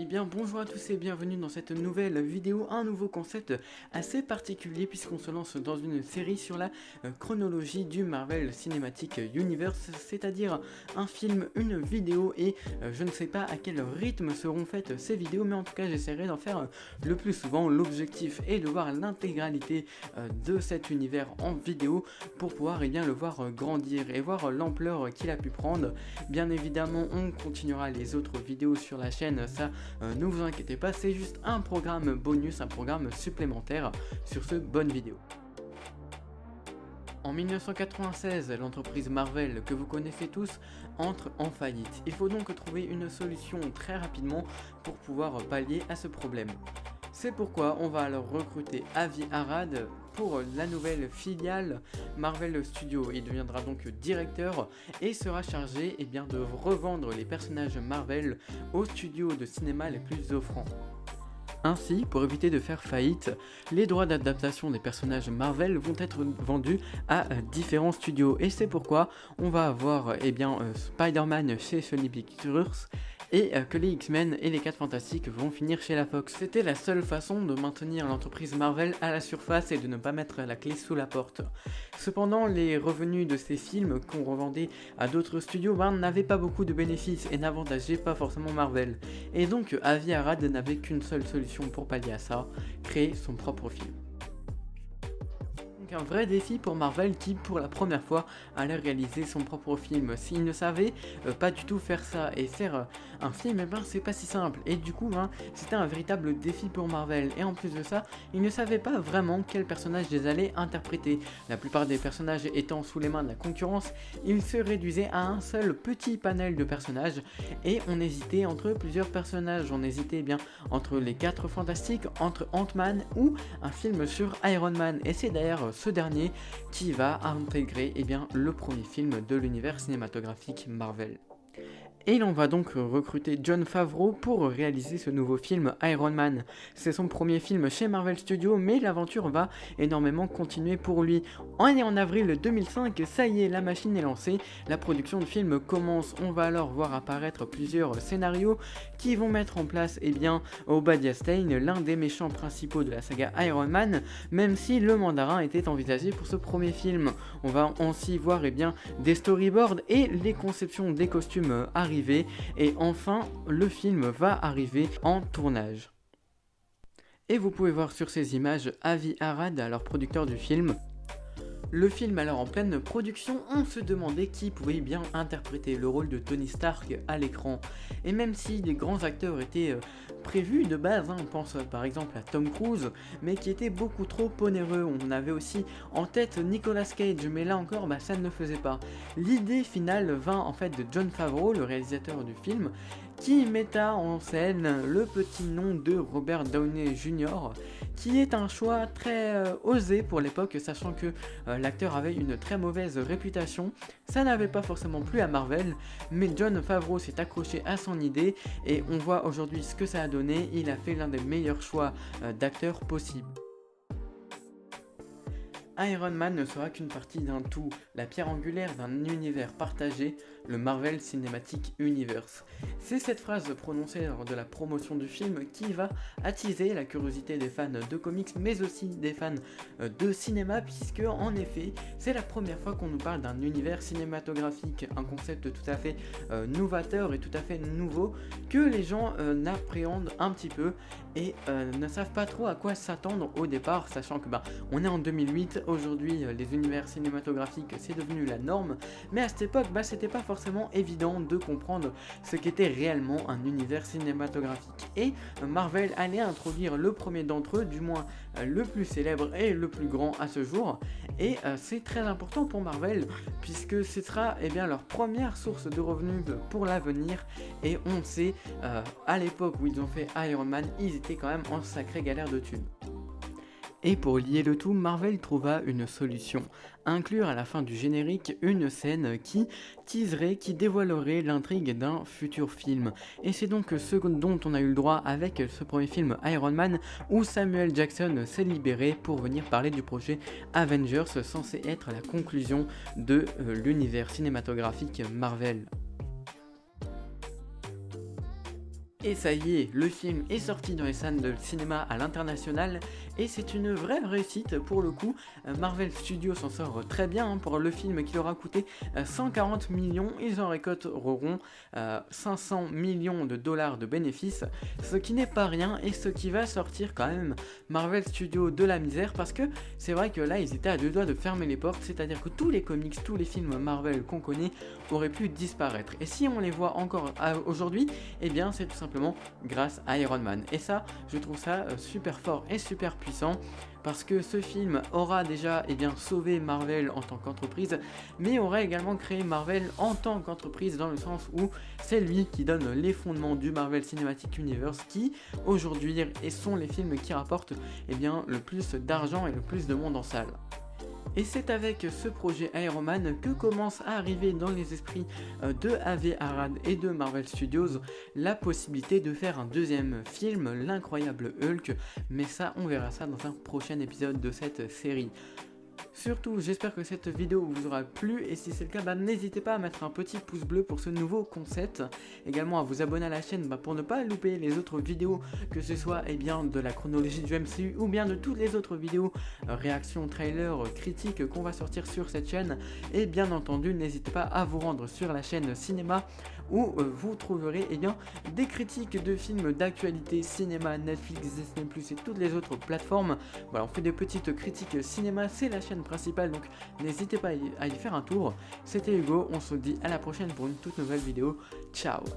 bien bonjour à tous et bienvenue dans cette nouvelle vidéo, un nouveau concept assez particulier puisqu'on se lance dans une série sur la chronologie du Marvel Cinematic Universe, c'est-à-dire un film, une vidéo et je ne sais pas à quel rythme seront faites ces vidéos, mais en tout cas j'essaierai d'en faire le plus souvent. L'objectif est de voir l'intégralité de cet univers en vidéo pour pouvoir le voir grandir et voir l'ampleur qu'il a pu prendre. Bien évidemment on continuera les autres vidéos sur la chaîne, ça ne vous inquiétez pas, c'est juste un programme bonus, un programme supplémentaire sur ce bonne vidéo. En 1996, l'entreprise Marvel, que vous connaissez tous, entre en faillite. Il faut donc trouver une solution très rapidement pour pouvoir pallier à ce problème. C'est pourquoi on va alors recruter Avi Arad pour la nouvelle filiale Marvel Studios. Il deviendra donc directeur et sera chargé de revendre les personnages Marvel aux studios de cinéma les plus offrants. Ainsi, pour éviter de faire faillite, les droits d'adaptation des personnages Marvel vont être vendus à différents studios. Et c'est pourquoi on va avoir Spider-Man chez Sony Pictures et que les X-Men et les 4 Fantastiques vont finir chez la Fox. C'était la seule façon de maintenir l'entreprise Marvel à la surface et de ne pas mettre la clé sous la porte. Cependant, les revenus de ces films qu'on revendait à d'autres studios n'avaient pas beaucoup de bénéfices et n'avantageaient pas forcément Marvel. Et donc Avi Arad n'avait qu'une seule solution pour pallier à ça, créer son propre film. Un vrai défi pour Marvel qui pour la première fois allait réaliser son propre film. S'il ne savait pas du tout faire ça et faire un film, c'est pas si simple et du coup c'était un véritable défi pour Marvel. Et en plus de ça, ils ne savaient pas vraiment quel personnage ils allaient interpréter. La plupart des personnages étant sous les mains de la concurrence, ils se réduisaient à un seul petit panel de personnages et on hésitait entre plusieurs personnages. On hésitait entre les 4 Fantastiques, entre Ant-Man ou un film sur Iron Man. Et c'est d'ailleurs ce dernier qui va intégrer le premier film de l'univers cinématographique Marvel. Et l'on va donc recruter Jon Favreau pour réaliser ce nouveau film Iron Man. C'est son premier film chez Marvel Studios, mais l'aventure va énormément continuer pour lui. En avril 2005, ça y est, la machine est lancée, la production de film commence. On va alors voir apparaître plusieurs scénarios qui vont mettre en place Obadiah Stane, l'un des méchants principaux de la saga Iron Man, même si le mandarin était envisagé pour ce premier film. On va aussi voir des storyboards et les conceptions des costumes arriver et enfin le film va arriver en tournage. Et vous pouvez voir sur ces images Avi Arad, alors producteur du film. Le film alors en pleine production, on se demandait qui pouvait bien interpréter le rôle de Tony Stark à l'écran. Et même si des grands acteurs étaient prévus de base, on pense par exemple à Tom Cruise, mais qui était beaucoup trop onéreux. On avait aussi en tête Nicolas Cage, mais là encore ça ne le faisait pas. L'idée finale vint en fait de Jon Favreau, le réalisateur du film, qui metta en scène le petit nom de Robert Downey Jr., qui est un choix très osé pour l'époque, sachant que l'acteur avait une très mauvaise réputation. Ça n'avait pas forcément plu à Marvel, mais Jon Favreau s'est accroché à son idée et on voit aujourd'hui ce que ça a donné. Il a fait l'un des meilleurs choix d'acteurs possibles. Iron Man ne sera qu'une partie d'un tout, la pierre angulaire d'un univers partagé, le Marvel Cinematic Universe. C'est cette phrase prononcée lors de la promotion du film qui va attiser la curiosité des fans de comics mais aussi des fans de cinéma, puisque en effet c'est la première fois qu'on nous parle d'un univers cinématographique, un concept tout à fait novateur et tout à fait nouveau que les gens n'appréhendent un petit peu et ne savent pas trop à quoi s'attendre au départ, sachant que on est en 2008. Aujourd'hui, les univers cinématographiques, c'est devenu la norme, mais à cette époque, c'était pas forcément évident de comprendre ce qu'était réellement un univers cinématographique. Et Marvel allait introduire le premier d'entre eux, du moins le plus célèbre et le plus grand à ce jour. Et c'est très important pour Marvel, puisque ce sera leur première source de revenus pour l'avenir. Et on sait, à l'époque où ils ont fait Iron Man, ils étaient quand même en sacrée galère de thunes. Et pour lier le tout, Marvel trouva une solution, inclure à la fin du générique une scène qui teaserait, qui dévoilerait l'intrigue d'un futur film. Et c'est donc ce dont on a eu le droit avec ce premier film Iron Man, où Samuel Jackson s'est libéré pour venir parler du projet Avengers, censé être la conclusion de l'univers cinématographique Marvel. Et ça y est, le film est sorti dans les salles de cinéma à l'international et c'est une vraie réussite pour le coup. Marvel Studios s'en sort très bien pour le film qui leur a coûté 140 millions, ils en récolteront 500 millions de dollars de bénéfices, ce qui n'est pas rien et ce qui va sortir quand même Marvel Studios de la misère, parce que c'est vrai que là ils étaient à deux doigts de fermer les portes, c'est-à-dire que tous les comics, tous les films Marvel qu'on connaît auraient pu disparaître. Et si on les voit encore aujourd'hui, eh bien c'est tout simplement grâce à Iron Man. Et ça, je trouve ça super fort et super puissant, parce que ce film aura déjà sauvé Marvel en tant qu'entreprise, mais aura également créé Marvel en tant qu'entreprise, dans le sens où c'est lui qui donne les fondements du Marvel Cinematic Universe, qui aujourd'hui sont les films qui rapportent le plus d'argent et le plus de monde en salle. Et c'est avec ce projet Iron Man que commence à arriver dans les esprits de Avi Arad et de Marvel Studios la possibilité de faire un deuxième film, l'incroyable Hulk, mais ça on verra ça dans un prochain épisode de cette série. Surtout, j'espère que cette vidéo vous aura plu, et si c'est le cas, n'hésitez pas à mettre un petit pouce bleu pour ce nouveau concept, également à vous abonner à la chaîne pour ne pas louper les autres vidéos, que ce soit de la chronologie du MCU ou bien de toutes les autres vidéos, réactions, trailers, critiques qu'on va sortir sur cette chaîne. Et bien entendu, n'hésitez pas à vous rendre sur la chaîne Cinéma, où vous trouverez des critiques de films d'actualité, cinéma, Netflix, Disney+, et toutes les autres plateformes. Voilà, on fait des petites critiques cinéma, c'est la chaîne principale, donc n'hésitez pas à y faire un tour. C'était Hugo, on se dit à la prochaine pour une toute nouvelle vidéo. Ciao.